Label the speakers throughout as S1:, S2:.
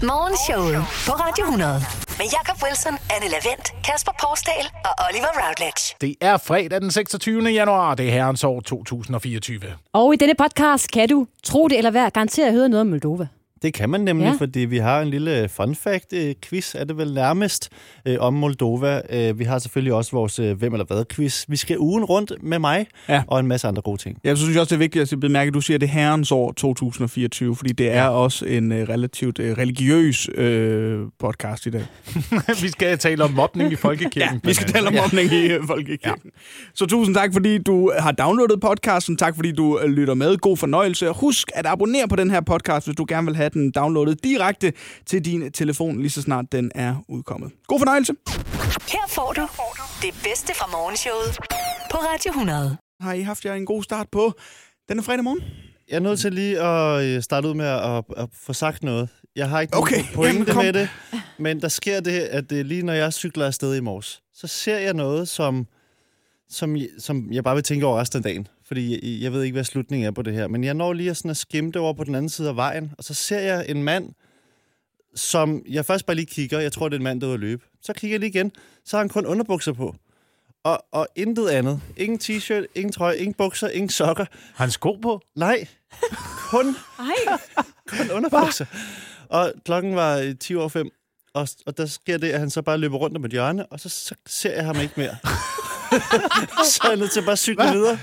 S1: Morgenshowet på Radio 100. Med Jakob Wilson, Anne Lavent, Kasper Porsdal og Oliver Routledge.
S2: Det er fredag den 26. januar. Det er herrens år 2024.
S3: Og i denne podcast kan du, tro det eller være, garanteret høre noget om Moldova.
S4: Det kan man nemlig, fordi vi har en lille fun fact-quiz, er det vel nærmest, om Moldova. Vi har selvfølgelig også vores Hvem eller Hvad-quiz. Vi skal ugen rundt med mig og en masse andre gode ting.
S5: Jeg synes også, det er vigtigt at bemærke, at du siger, at det er herrens år 2024, fordi det er også en relativt religiøs podcast i dag.
S2: Vi skal tale om mobning i folkekirken.
S5: Vi skal tale om mobning i folkekirken. Så tusind tak, fordi du har downloadet podcasten. Tak, fordi du lytter med. God fornøjelse. Husk at abonnere på den her podcast, hvis du gerne vil have den downloadet direkte til din telefon, lige så snart den er udkommet. God fornøjelse.
S1: Her får du det bedste fra morgenshowet på Radio 100.
S5: Har I haft jer en god start på denne fredag morgen?
S4: Jeg er nødt til lige at starte ud med at få sagt noget. Jeg har ikke nogen pointe med det, men der sker det, at det lige når jeg cykler afsted i morges, så ser jeg noget, som jeg bare vil tænke over resten af dagen. Fordi jeg ved ikke, hvad slutningen er på det her. Men jeg når lige at skimte over på den anden side af vejen, og så ser jeg en mand, som jeg først bare lige kigger. Jeg tror, det er en mand, der er ude at løbe. Så kigger jeg lige igen. Så har han kun underbukser på. Og intet andet. Ingen t-shirt, ingen trøje, ingen bukser, ingen sokker.
S2: Har han sko på?
S4: Nej. Kun underbukser. Og klokken var 5:10. Og der sker det, at han så bare løber rundt om et hjørne, og så ser jeg ham ikke mere. Så er jeg nødt til at bare cykle videre.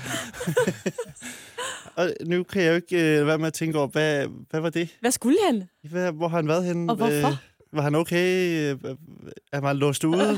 S4: Og nu kan jeg jo ikke være med at tænke over, hvad var det?
S3: Hvad skulle han?
S4: Hvor har han været henne?
S3: Og hvorfor?
S4: Var han okay? Er han låst ude?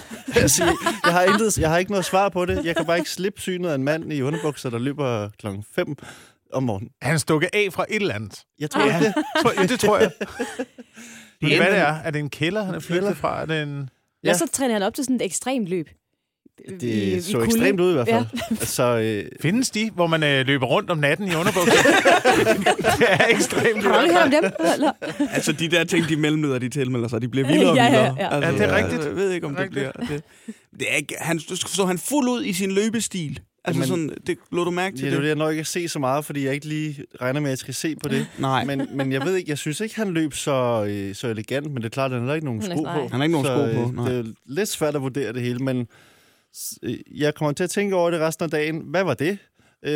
S4: Jeg har ikke noget svar på det. Jeg kan bare ikke slippe synet af en mand i underbukser, der løber 5:00 om morgenen.
S2: Han stukket af fra et eller andet.
S4: Jeg tror ikke det.
S2: Det tror jeg. Hvad det er? Er det en kælder, han er flyttet fra? Er det en...
S3: Ja, så træner han op til sådan et ekstremt løb.
S4: Det så ekstremt ud i hvert fald.
S3: Ja.
S4: Altså,
S2: findes de, hvor man løber rundt om natten i underbukser? Det er ekstremt.
S3: Har du aldrig hørt om dem? Eller?
S5: Altså, de der ting, de mellemleder, de tilmelder sig, de bliver vildere og vildere.
S3: Ja.
S5: Altså,
S2: det er rigtigt.
S5: Jeg ved ikke, om det bliver... Det er ikke, så han fuld ud i sin løbestil. Altså, sådan, det lå du mærke til det?
S4: Jeg når ikke at se så meget, fordi jeg ikke lige regner med, at jeg skal se på det.
S5: Nej.
S4: Men jeg ved ikke, jeg synes ikke, han løb så elegant, men det er klart, at han har ikke nogen sko på.
S5: Han har ikke nogen sko på, nej.
S4: Det er lidt svært at vurdere det hele, men jeg kommer til at tænke over det resten af dagen. Hvad var det?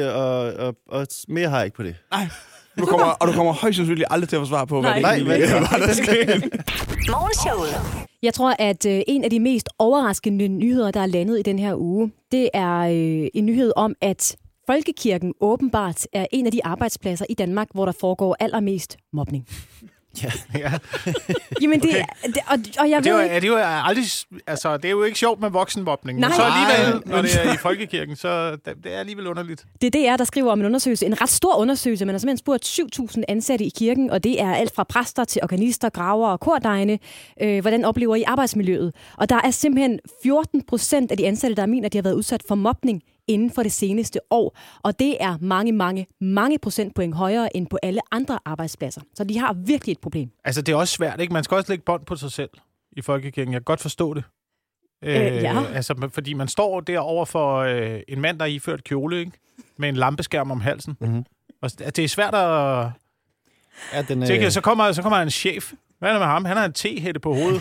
S4: Og mere har jeg ikke på det.
S5: Nej. Du kommer højst sandsynligt aldrig til at få svar på, hvad det var, der skete.
S1: Morgenshowet.
S3: Jeg tror, at en af de mest overraskende nyheder, der er landet i den her uge, det er en nyhed om, at folkekirken åbenbart er en af de arbejdspladser i Danmark, hvor der foregår allermest mobning.
S4: Ja.
S3: Jamen det, og jeg ved
S2: det er jo ikke sjovt med voksenmobning.
S3: Nej.
S2: Så alligevel, når det er i folkekirken, så det er alligevel underligt.
S3: Det er DR, der skriver om en undersøgelse, en ret stor undersøgelse. Man har simpelthen spurgt 7.000 ansatte i kirken, og det er alt fra præster til organister, gravere og kordegene. Hvordan oplever I arbejdsmiljøet? Og der er simpelthen 14% af de ansatte, der mener, at de har været udsat for mobning inden for det seneste år. Og det er mange procentpoint højere end på alle andre arbejdspladser. Så de har virkelig et problem.
S2: Altså, det er også svært, ikke? Man skal også lægge bånd på sig selv i folkekirken. Jeg kan godt forstå det.
S3: Ja.
S2: Altså, fordi man står derovre for en mand, der er iført kjole, ikke? Med en lampeskærm om halsen. Mm-hmm. Og det er svært at... Ja, så kommer en chef. Hvad er det med ham? Han har en tehætte på hovedet.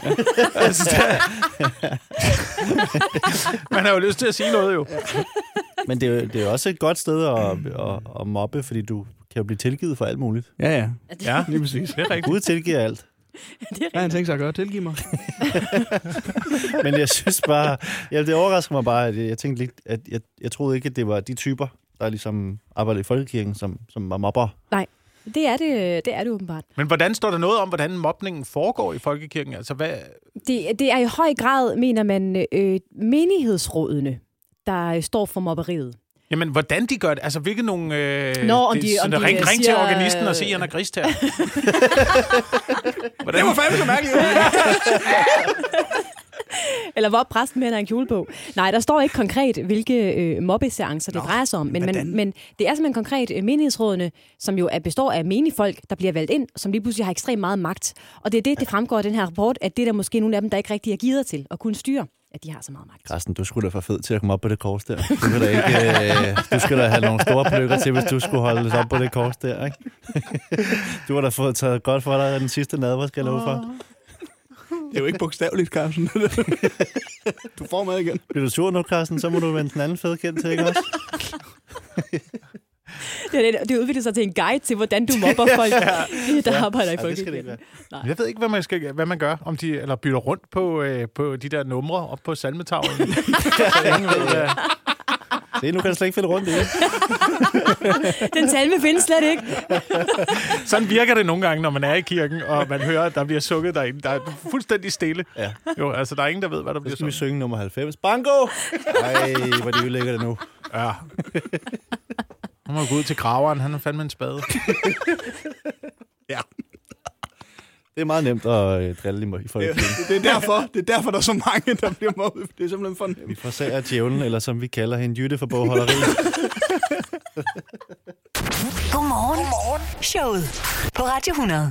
S2: Man har jo lyst til at sige noget, jo.
S4: Men det er jo også et godt sted at mobbe, fordi du kan jo blive tilgivet for alt muligt.
S5: Ja,
S2: lige præcis. Det er rigtigt.
S4: Gud tilgiver alt.
S5: Hvad har han tænkt sig at gøre? Tilgiv mig.
S4: Men jeg synes bare... det overrasker mig bare, at jeg tænkte lidt, at jeg troede ikke, at det var de typer, der ligesom arbejder i folkekirken, som var mobber.
S3: Nej. Det er det åbenbart.
S2: Men hvordan står der noget om, hvordan mobningen foregår i folkekirken? Altså, hvad...
S3: Det er i høj grad, mener man, menighedsrådene, der står for mobberiet.
S2: Jamen, hvordan de gør det? Altså, hvilke nogle... ring til organisten og sig, at han er grist her.
S5: Det var fandme så mærkeligt.
S3: Eller hvor præsten med en kjole på. Nej, der står ikke konkret, hvilke mobbeseancer det drejer sig om. Men det er simpelthen konkret menighedsrådene, som jo består af menigfolk, der bliver valgt ind, som lige pludselig har ekstremt meget magt. Og det er det fremgår af den her rapport, at det er der måske nogle af dem, der ikke rigtig er givet til at kunne styre, at de har så meget magt.
S4: Carsten, du skulle da for fed til at komme op på det kors der. Du skal da have nogle store pløkker til, hvis du skulle holde op på det kors der, ikke? Du har da fået taget godt for dig den sidste nadver, skal jeg love for.
S5: Det er jo ikke bogstaveligt, Carsten. Du får mad igen.
S4: Bliver du sur nu, Carsten, så må du vende den anden fede kendt til, ikke også?
S3: Det udvikler sig til en guide til, hvordan du mobber folk, der arbejder i folkekirken.
S2: Jeg ved ikke, hvad man gør, om de eller bytter rundt på de der numre op på salmetavlen.
S4: Det nu kan jeg slet ikke finde rundt i det.
S3: Den salme findes slet ikke.
S2: Sådan virker det nogle gange, når man er i kirken, og man hører, at der bliver sukket derinde. Der er fuldstændig stille. Ja. Jo, altså, der er ingen, der ved, hvad der bliver sunget.
S4: Så skal vi synge nummer 90. Bango! Ej, hvor de ødelægger det nu.
S2: Ja. Nu må gå ud til graveren. Han er fandme en spade.
S5: Ja.
S4: Det er meget nemt at drille i folkekirken.
S5: Det er derfor, der er så mange, der bliver mobbet. Det er simpelthen for nemt.
S4: Vi forsager djævlen, eller som vi kalder hende, Jytte for bogholderi.
S1: Godmorgen. Showet på Radio 100.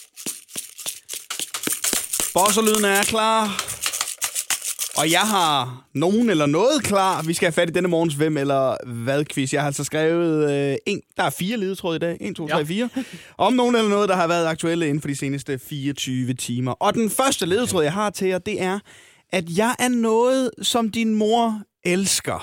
S5: Bosserlyden er klar. Og jeg har nogen eller noget klar. Vi skal have fat i denne morgens hvem eller hvad quiz. Jeg har altså skrevet der er 4 ledetråde i dag. 1, 2, 3, 4. Om nogen eller noget, der har været aktuelle inden for de seneste 24 timer. Og den første ledetråd, jeg har til jer, det er, at jeg er noget, som din mor elsker.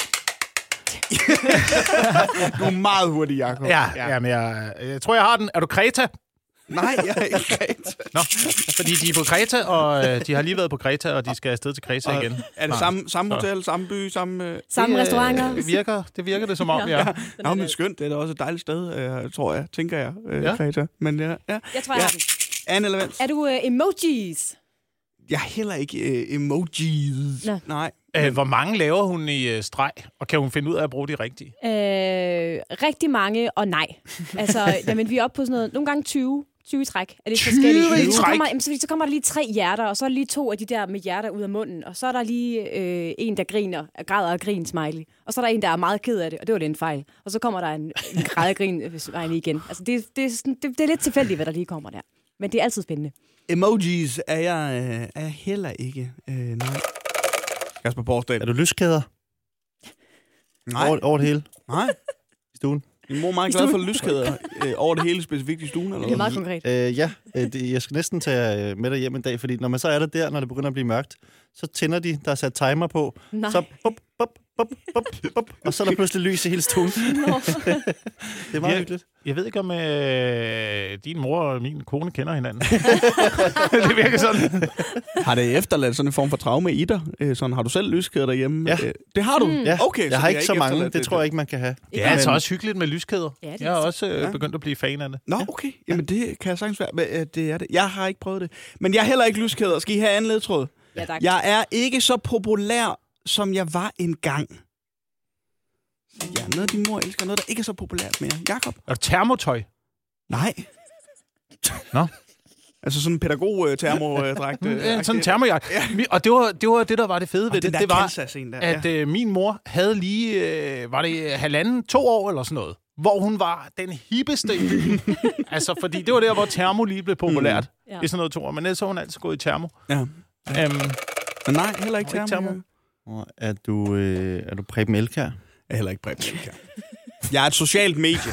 S5: Du er meget hurtig, Jacob.
S2: Ja, men jeg tror, jeg har den. Er du Kreta?
S5: Nej, jeg er ikke Kreta.
S2: Nå, fordi de er på Kreta, og de har lige været på Kreta, og de skal afsted til Kreta igen.
S5: Er det samme hotel, samme by, samme
S3: restauranter?
S2: Det virker det som om, ja.
S5: Nå, men skønt. Det er da også et dejligt sted, tror jeg. Tænker jeg, Kreta. Men ja.
S3: Jeg tror, jeg har den.
S5: Anne eller Vens?
S3: Er du emojis?
S5: Jeg er heller ikke emojis.
S3: Nå.
S5: Nej.
S2: Hvor mange laver hun i streg, og kan hun finde ud af at bruge de rigtige?
S3: Rigtig mange, og nej. Altså, jamen, vi er oppe på sådan noget, nogle gange 20 i træk. Er det 20 så kommer der lige 3 hjerter, og så er der lige 2 af de der med hjerter ud af munden, og så er der lige en, der græder og grin smiley. Og så er der en, der er meget ked af det, og det var en fejl. Og så kommer der en græd og grin smiley igen. Altså, det er lidt tilfældigt, hvad der lige kommer der. Men det er altid spændende.
S5: Emojis er jeg heller ikke. Nej. Kasper Porsdal.
S4: Er du lyskæder?
S5: Nej.
S4: Over det hele?
S5: Nej.
S4: I stuen?
S5: Min mor er meget glad for lyskæder over det hele, specifikt i stuen. Eller
S3: det er meget konkret.
S4: Jeg skal næsten tage med dig hjem en dag, fordi når man så er der, når det begynder at blive mørkt, så tænder de, der er sat timer på. Nej. Så bup, og så er der pludselig lys i hele stuen. Det er meget hyggeligt.
S2: Jeg ved ikke, om din mor og min kone kender hinanden. Det virker sådan.
S5: Har det efterladt sådan en form for traume i dig? Sådan, har du selv lyskæder derhjemme?
S4: Ja.
S5: Det har du?
S4: Ja.
S5: Okay,
S4: jeg har ikke så mange. Det tror jeg ikke, man kan have.
S2: Det er altså også hyggeligt med lyskæder. Ja, jeg har også begyndt at blive fan af det.
S5: Nå, okay. Jamen, det kan jeg sagtens være. Men, det er det. Jeg har ikke prøvet det. Men jeg er heller ikke lyskæder. Skal I have anden ledtråd?
S3: Ja, tak.
S5: Jeg er ikke så populær, som jeg var engang. Ja, noget din mor elsker, noget der ikke er så populært mere. Jakob?
S2: Er det termotøj?
S5: Nej.
S2: Nå?
S5: Altså sådan en pædagog-termodragt.
S2: Sådan en termojakke. Ja. Og det var det, der var det fede ved det. Det var, at min mor havde lige, var det 1,5-2 år eller sådan noget, hvor hun var den hippeste i byen. Altså, fordi det var der, hvor termo lige blev populært. I sådan noget 2 år. Men ellers så hun altid gået i termo.
S5: Ja. Men nej, heller ikke termo.
S4: Er du Preben Elkjær?
S5: Jeg er heller ikke Preben Elkjær. Jeg er et socialt medie.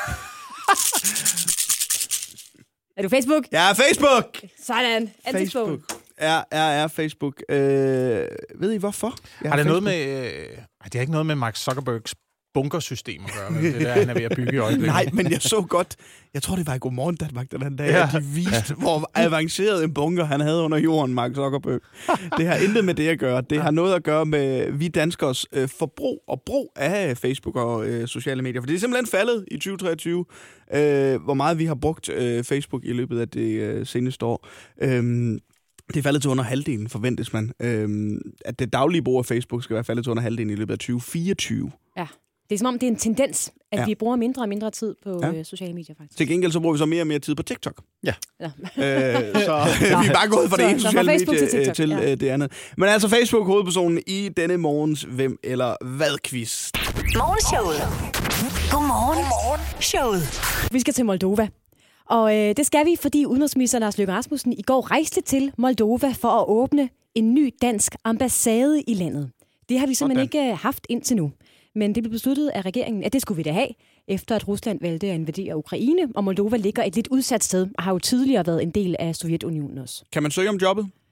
S3: Er du Facebook?
S5: Jeg er Facebook!
S3: Sådan.
S5: Facebook. Er Facebook. Ved I hvorfor?
S2: Har det noget med... det har ikke noget med Mark Zuckerbergs bunkersystem at gøre med det der, han er ved at bygge i øjeblikket.
S5: Nej, men jeg så godt... Jeg tror, det var i Godmorgen Danmark den dag, at de viste, hvor avanceret en bunker han havde under jorden, Mark Zuckerberg. Det har intet med det at gøre. Det har noget at gøre med vi danskers forbrug og brug af Facebook og sociale medier. For det er simpelthen faldet i 2023, hvor meget vi har brugt Facebook i løbet af det seneste år. Det er faldet til under halvdelen, forventes man. At det daglige brug af Facebook skal være faldet til under halvdelen i løbet af 2024. Ja.
S3: Det er som om, det er en tendens, at vi bruger mindre og mindre tid på sociale medier, faktisk.
S5: Til gengæld så bruger vi så mere og mere tid på TikTok.
S4: Ja.
S5: Så vi er bare gået fra det ene sociale medie til det andet. Men altså Facebook, hovedpersonen i denne morgens hvem eller hvad-quiz.
S1: Morgenshowet. Godmorgen. Showet.
S3: Vi skal til Moldova. Og det skal vi, fordi udenrigsminister Lars Løkke Rasmussen i går rejste til Moldova for at åbne en ny dansk ambassade i landet. Det har vi simpelthen ikke haft indtil nu. Men det blev besluttet af regeringen, at det skulle vi da have, efter at Rusland valgte at invadere Ukraine, og Moldova ligger et lidt udsat sted, og har jo tidligere været en del af Sovjetunionen også.
S5: Kan man søge om jobbet?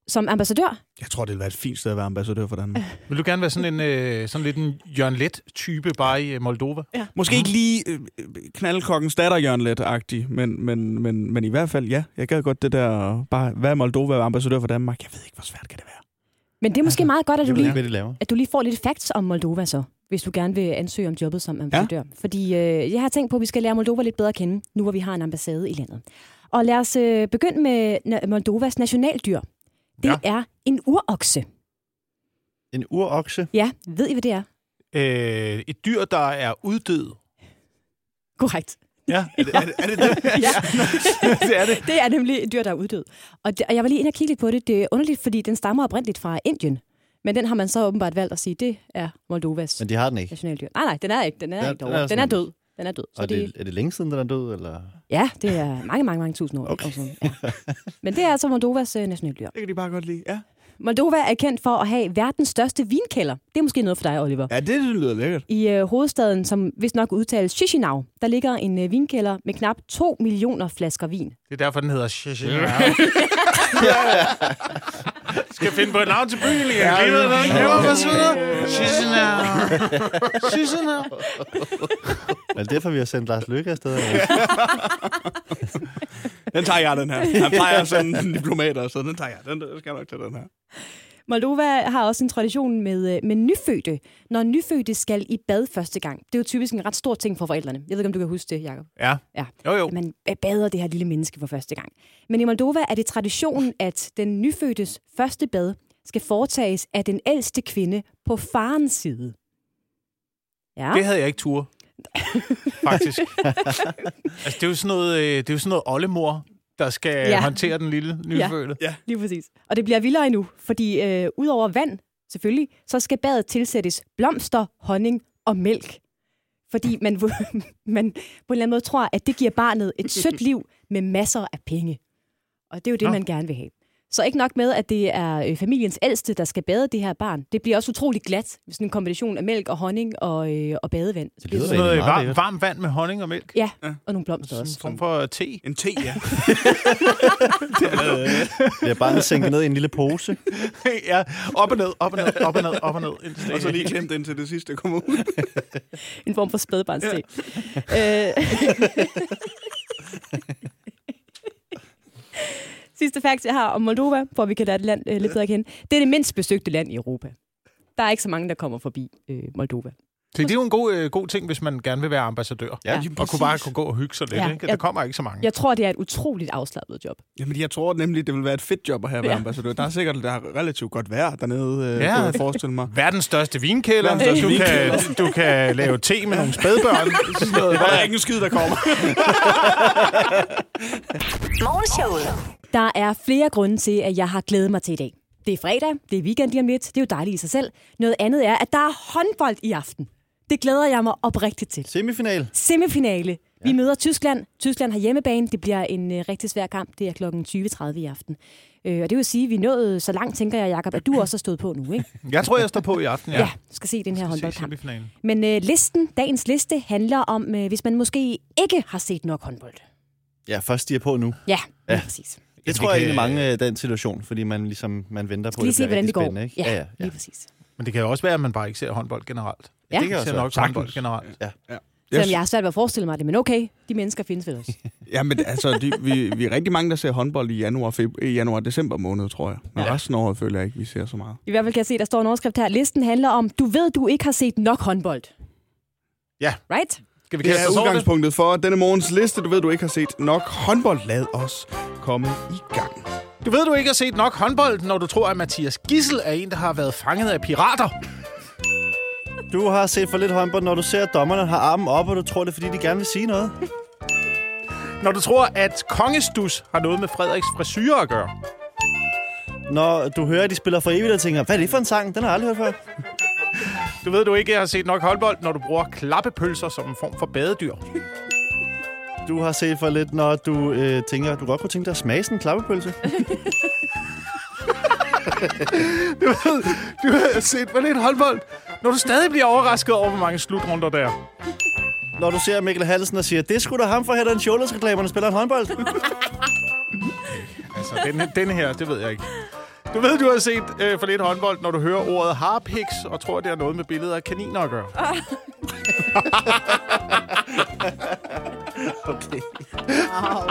S3: som ambassadør?
S5: Jeg tror, det vil være et fint sted at være ambassadør for Danmark.
S2: Vil du gerne være sådan lidt en Jørgen Leth-type bare i Moldova?
S5: Ja. Måske ikke lige knaldkokkens datter Jørgen Leth-agtig, men i hvert fald, ja. Jeg gad godt det der, bare være i Moldova og ambassadør for Danmark. Jeg ved ikke, hvor svært kan det være.
S3: Men det er måske meget godt,
S4: at
S3: du lige får lidt facts om Moldova så, hvis du gerne vil ansøge om jobbet som ambassadør. Ja. Fordi jeg har tænkt på, at vi skal lære Moldova lidt bedre at kende, nu hvor vi har en ambassade i landet. Og lad os begynde med Moldovas nationaldyr. Det er en urokse.
S4: En urokse?
S3: Ja, ved I, hvad det er?
S2: Et dyr, der er uddød.
S3: Korrekt.
S2: Ja, er det?
S3: Ja,
S2: det er det.
S3: Det er nemlig et dyr, der er uddød. Og jeg var lige inde og kigge lidt på det. Det er underligt, fordi den stammer oprindeligt fra Indien. Men den har man så åbenbart valgt at sige, det er Moldovas.
S4: Men de har den ikke?
S3: Nationaldyr. Nej, den er ikke. Den er død. Den er død.
S4: Så er det længe siden, den er død? Eller?
S3: Ja, det er mange tusind år.
S4: Okay.
S3: Ja. Men det er altså Moldovas nationaldyr.
S5: Det kan de bare godt lide, ja.
S3: Moldova er kendt for at have verdens største vinkælder. Det er måske noget for dig, Oliver.
S5: Ja, det lyder lækkert.
S3: I hovedstaden, som vist nok udtales Chisinau, der ligger en vinkælder med knap 2 millioner flasker vin.
S2: Det er derfor, den hedder Chisinau. Skal finde på et navn til byen lige. Jeg ved det. Chisinau.
S4: Men derfor vi har sendt Lars Løkke afsted.
S5: Den tager jeg, den her. Han plejer sådan diplomater, så den tager jeg. Den skal jeg nok tage, den her.
S3: Moldova har også en tradition med nyfødte. Når nyfødte skal i bad første gang. Det er jo typisk en ret stor ting for forældrene. Jeg ved ikke, om du kan huske det, Jacob.
S2: Ja. Jo.
S3: Man bader det her lille menneske for første gang. Men i Moldova er det traditionen, at den nyfødtes første bad skal foretages af den ældste kvinde på farens side. Ja.
S2: Det havde jeg ikke tur. Faktisk. Altså, det er jo sådan noget oldemor, der skal håndtere den lille nyfødte.
S3: Ja, lige præcis. Og det bliver vildere endnu, fordi udover vand, selvfølgelig, så skal badet tilsættes blomster, honning og mælk. Fordi man på en eller anden måde tror, at det giver barnet et sødt liv med masser af penge. Og det er jo det, man gerne vil have. Så ikke nok med, at det er familiens ældste, der skal bade det her barn. Det bliver også utroligt glat, med sådan en kombination af mælk og honning og badevand.
S2: Det bliver sådan noget varmt vand med honning og mælk?
S3: Ja, og nogle blomster også.
S2: En form for te?
S5: En te, ja.
S4: Det er bare sænket ned i en lille pose.
S2: Ja, op og ned.
S5: Og så lige klemt indtil det sidste kommer ud.
S3: En form for spædbarnste. Ja. Sidste fakt, jeg har om Moldova, for vi kan lade det land lidt bedre kende. Det er det mindst besøgte land i Europa. Der er ikke så mange, der kommer forbi Moldova.
S2: Så det er jo en god ting, hvis man gerne vil være ambassadør. Ja, og kunne gå og hygge sig lidt. Ikke? Der kommer ikke så mange.
S3: Jeg tror, det er et utroligt afslappet job.
S5: Jamen, jeg tror nemlig, det vil være et fedt job at have været ambassadør. Der er sikkert relativt godt vejr dernede, kan jeg forestille mig.
S2: Verdens største vinkælder. Du kan lave te med nogle spædbørn.
S5: Der er ikke en skid, der kommer.
S1: Morgenshowet.
S3: Der er flere grunde til, at jeg har glædet mig til i dag. Det er fredag, det er weekend lige om lidt, det er jo dejligt i sig selv. Noget andet er, at der er håndbold i aften. Det glæder jeg mig oprigtigt til. Semifinale. Ja. Vi møder Tyskland. Tyskland har hjemmebane. Det bliver en rigtig svær kamp. Det er kl. 20.30 i aften. Og det vil sige, at vi nåede så langt, tænker jeg, Jacob, at du også har stået på nu, ikke?
S2: Jeg tror, jeg står på i aften,
S3: ja. Du skal se den her håndboldkamp. Men dagens liste handler om, hvis man måske ikke har set nok håndbold.
S4: Ja, først stiger på nu.
S3: Ja, præcis.
S4: Det tror jeg egentlig mange af den situation, fordi man venter på,
S3: det bliver rigtig spændende.
S4: Ikke?
S3: Ja, lige præcis.
S2: Men det kan jo også være, at man bare ikke ser håndbold generelt.
S3: Ja.
S2: Det kan også nok håndbold generelt.
S4: Ja.
S3: Selvom jeg har svært ved at forestille mig det, men okay, de mennesker findes vel også.
S5: Ja, men altså, vi er rigtig mange, der ser håndbold i januar-december måned, tror jeg. Men resten af året føler jeg ikke, vi ser så meget.
S3: I hvert fald kan jeg se, der står en overskrift her. Listen handler om, du ved, du ikke har set nok håndbold.
S2: Ja.
S3: Right?
S2: Skal vi
S5: det er udgangspunktet for denne morgens liste. Du ved, du ikke har set nok håndbold. Lad os komme i gang.
S2: Du ved, du ikke har set nok håndbold, når du tror, at Mathias Gidsel er en, der har været fanget af pirater.
S4: Du har set for lidt håndbold, når du ser, at dommerne har armen op, og du tror, det er, fordi de gerne vil sige noget.
S2: Når du tror, at Kongestus har noget med Frederiks frisyre at gøre.
S4: Når du hører, at de spiller for evigt, og tænker, hvad er det for en sang? Den har jeg aldrig hørt før.
S2: Du ved, du ikke har set nok håndbold, når du bruger klappepølser som en form for badedyr.
S4: Du har set for lidt, når du tænker, du godt kunne tænke dig at smage sådan en klappepølse.
S2: Du har set for lidt håndbold, når du stadig bliver overrasket over, hvor mange slutrunder der er.
S4: Når du ser Mikkel Hansen og siger, det skulle da ham for Head & Shoulders-reklamerne spiller en håndbold.
S2: Altså, denne her, det ved jeg ikke. Du ved, du har set for lidt håndbold, når du hører ordet harpiks, og tror, det har noget med billeder af kaniner at gøre.
S4: Okay.
S3: Wow.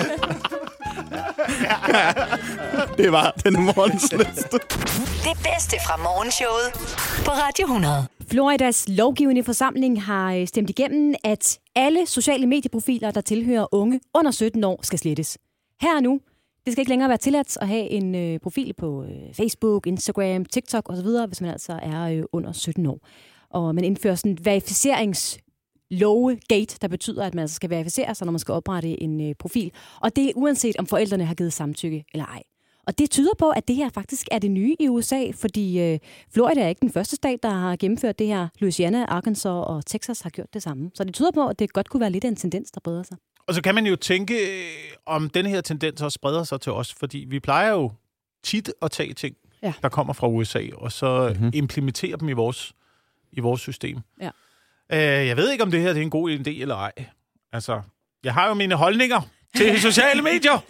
S5: Det var den morgens liste.
S1: Det bedste fra morgenshowet på Radio 100.
S3: Floridas lovgivende forsamling har stemt igennem, at alle sociale medieprofiler, der tilhører unge under 17 år, skal slettes. Her og nu. Det skal ikke længere være tilladt at have en profil på Facebook, Instagram, TikTok osv., hvis man altså er under 17 år. Og man indfører sådan en verificeringslovegate, der betyder, at man altså skal verificere sig, når man skal oprette en profil. Og det er uanset, om forældrene har givet samtykke eller ej. Og det tyder på, at det her faktisk er det nye i USA, fordi Florida er ikke den første stat, der har gennemført det her. Louisiana, Arkansas og Texas har gjort det samme. Så det tyder på, at det godt kunne være lidt af en tendens, der breder sig.
S2: Og så kan man jo tænke, om den her tendens også spreder sig til os, fordi vi plejer jo tit at tage ting, der kommer fra USA, og så implementere dem i vores system.
S3: Ja.
S2: Jeg ved ikke, om det her det er en god idé eller ej. Altså, jeg har jo mine holdninger til sociale medier.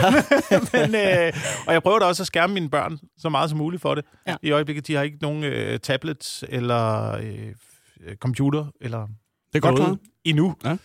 S2: Og jeg prøver da også at skærme mine børn så meget som muligt for det. Ja. I øjeblikket, de har ikke nogen tablets eller computer eller
S5: det er godt noget
S2: endnu. Ja.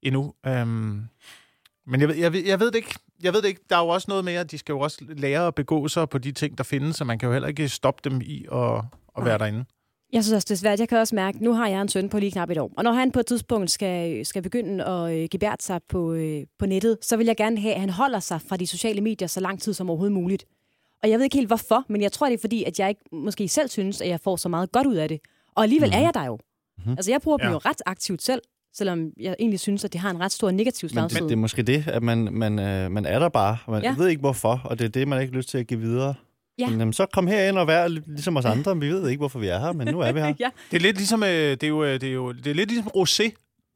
S2: Men jeg ved det ikke. Jeg ved det ikke. Der er jo også noget med, at de skal jo også lære at begå sig på de ting, der findes, så man kan jo heller ikke stoppe dem i at være derinde.
S3: Jeg synes også, det er svært. Jeg kan også mærke, nu har jeg en søn på lige knap et år. Og når han på et tidspunkt skal begynde at gebærde sig på nettet, så vil jeg gerne have, at han holder sig fra de sociale medier så lang tid som overhovedet muligt. Og jeg ved ikke helt hvorfor, men jeg tror, det er fordi, at jeg ikke måske selv synes, at jeg får så meget godt ud af det. Og alligevel er jeg der jo. Altså, jeg bruger dem jo ret aktivt selv, selvom jeg egentlig synes, at det har en ret stor negativ slagside.
S4: Men det er måske det, at man er der bare. Man ved ikke hvorfor, og det er det, man ikke har lyst til at give videre. Ja. Men så kom herind og vær ligesom os andre. Vi ved ikke, hvorfor vi er her, men nu er vi her.
S3: Ja.
S2: Det er lidt ligesom, det er lidt ligesom rosé.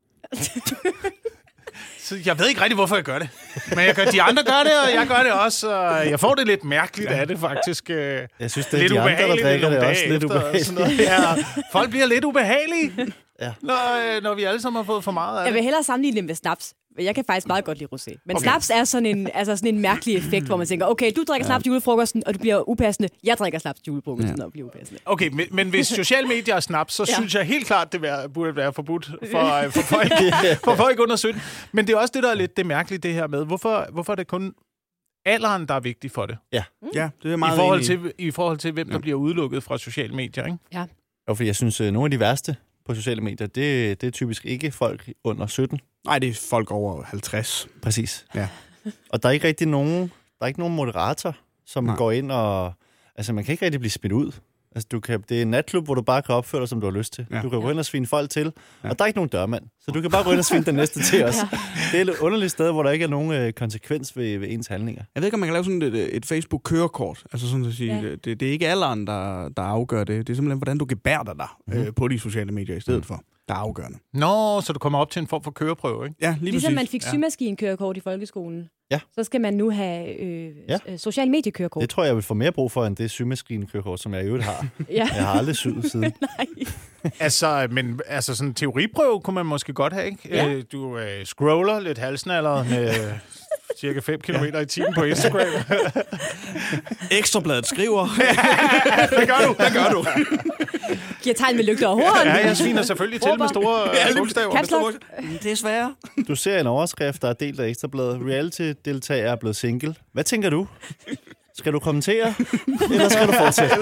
S2: Så jeg ved ikke rigtig, hvorfor jeg gør det. Men de andre gør det, og jeg gør det også. Og jeg får det lidt mærkeligt af det, faktisk.
S4: Jeg synes, det er lidt de andre, der drikker det også lidt ubehageligt.
S2: Ja, folk bliver lidt ubehagelige, når vi alle sammen har fået for meget af det.
S3: Jeg vil hellere sammenligne det med snaps. Jeg kan faktisk meget godt lide rosé. Men snaps er sådan en mærkelig effekt, hvor man tænker, okay, du drikker snaps til julefrokosten, og du bliver upassende. Jeg drikker snaps til julefrokosten, og bliver upassende.
S2: Okay, men hvis sociale medier er snaps, så synes jeg helt klart, det burde være forbudt for folk under 17. Men det er også det, der er lidt det mærkelige, det her med. Hvorfor er det kun alderen, der er vigtig for det?
S5: Ja, det er meget
S2: i forhold til, hvem der bliver udelukket fra sociale medier, ikke?
S3: Ja.
S4: Og for jeg synes, nogle af de værste på sociale medier, det er typisk ikke folk under 17.
S5: Nej, det er folk over 50.
S4: Præcis.
S5: Ja.
S4: Og der er ikke rigtig nogen moderator, som går ind og... Altså, man kan ikke rigtig blive smidt ud. Altså, det er en natklub, hvor du bare kan opføre dig, som du har lyst til. Ja. Du kan gå ind og svine folk til, og der er ikke nogen dørmand. Så du kan bare gå ind og svine den næste til os. Det er et underligt sted, hvor der ikke er nogen konsekvens ved ens handlinger.
S5: Jeg ved ikke, om man kan lave sådan et Facebook-kørekort. Altså sådan at sige, det er ikke alderen, der afgør det. Det er simpelthen, hvordan du gebærder dig på de sociale medier i stedet for. Der er afgørende.
S2: Nå, så du kommer op til en form for køreprøve, ikke?
S5: Ja, lige
S3: ligesom
S5: præcis.
S3: man fik sygemaskinekørekort i folkeskolen.
S4: Ja.
S3: Så skal man nu have social mediekørekort.
S4: Det tror jeg vil få mere brug for, end det sygemaskinekørekort, som jeg i øvrigt har. Jeg har aldrig syet siden.
S3: Nej.
S2: Men sådan en teoriprøve kunne man måske godt have, ikke? Ja. Du scroller lidt halsnalleret med cirka 5 km i timen på Instagram.
S5: Ekstrabladet skriver.
S2: Hvad gør du?
S3: Giver tegn med lygte og horn.
S2: Ja, jeg sviner selvfølgelig til med store bogstaver.
S5: Det er svære.
S4: Du ser en overskrift, der er delt af Ekstrabladet. Reality-deltager er blevet single. Hvad tænker du? Skal du kommentere? Eller skal du fortsætte?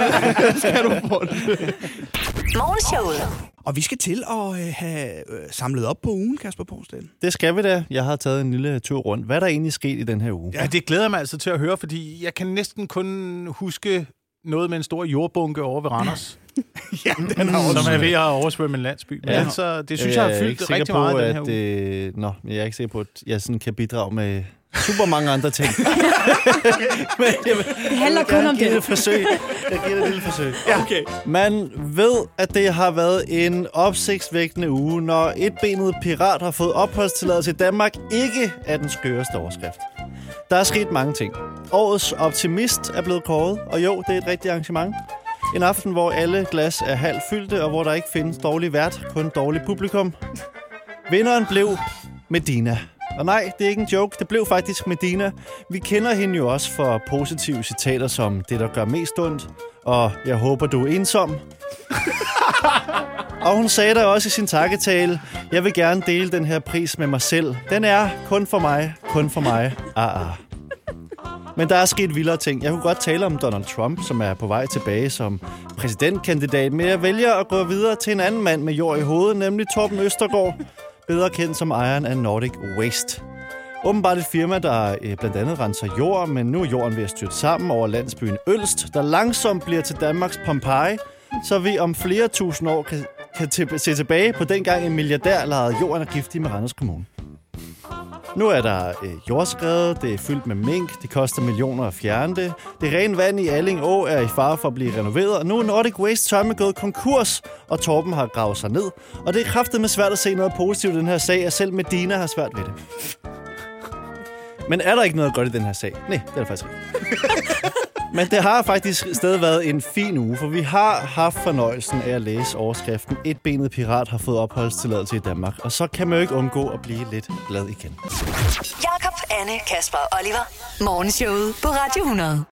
S1: Morgenshowet.
S5: Og vi skal til at have samlet op på ugen, Kasper Poulsdal.
S4: Det skal vi da. Jeg har taget en lille tur rundt. Hvad er der egentlig sket i den her uge?
S2: Ja, det glæder mig altså til at høre, fordi jeg kan næsten kun huske noget med en stor jordbunke over ved Randers.
S5: Ja, den har også
S2: som er ved at oversvømme en landsby. Men altså, det synes jeg har fyldt rigtig meget den her uge.
S4: Jeg er ikke sikker på, at jeg sådan kan bidrage med super mange andre ting.
S3: Det handler kun om det.
S4: Jeg giver det et lille forsøg.
S5: Ja. Okay.
S4: Man ved, at det har været en opsigtsvækkende uge, når etbenet pirat har fået opholdstilladelse i Danmark, ikke er den skøreste overskrift. Der er sket mange ting. Årets optimist er blevet kåret, og jo, det er et rigtigt arrangement. En aften, hvor alle glas er halvt fyldte, og hvor der ikke findes dårlig vært, kun dårlig publikum. Vinderen blev Medina. Og nej, det er ikke en joke. Det blev faktisk Medina. Vi kender hende jo også for positive citater som det, der gør mest ondt. Og jeg håber, du er ensom. Og hun sagde der også i sin takketale, jeg vil gerne dele den her pris med mig selv. Den er kun for mig, kun for mig. Men der er sket vildere ting. Jeg kunne godt tale om Donald Trump, som er på vej tilbage som præsidentkandidat, men jeg vælger at gå videre til en anden mand med jord i hovedet, nemlig Torben Østergaard, bedre kendt som ejeren af Nordic Waste. Åbenbart et firma, der blandt andet renser jord, men nu er jorden ved at styrte sammen over landsbyen Ølst, der langsomt bliver til Danmarks Pompeji, så vi om flere tusind år kan se tilbage på dengang en milliardær lejede jorden og giftig med Randers Kommune. Nu er der jordskredet, det er fyldt med mink, det koster millioner at fjerne det. Det rene vand i Alling Å er i fare for at blive renoveret, og nu er Nordic Waste tørme gået konkurs, og Torben har gravet sig ned. Og det er kraftedeme svært at se noget positivt i den her sag, og selv Medina har svært ved det. Men er der ikke noget godt i den her sag? Nej, det er der faktisk ikke. Men det har faktisk stadig været en fin uge, for vi har haft fornøjelsen af at læse overskriften "Etbenet pirat har fået opholdstilladelse i Danmark", og så kan man jo ikke undgå at blive lidt glad igen.
S1: Jakob, Anne, Kasper og Oliver. Morgenshowet på Radio 100.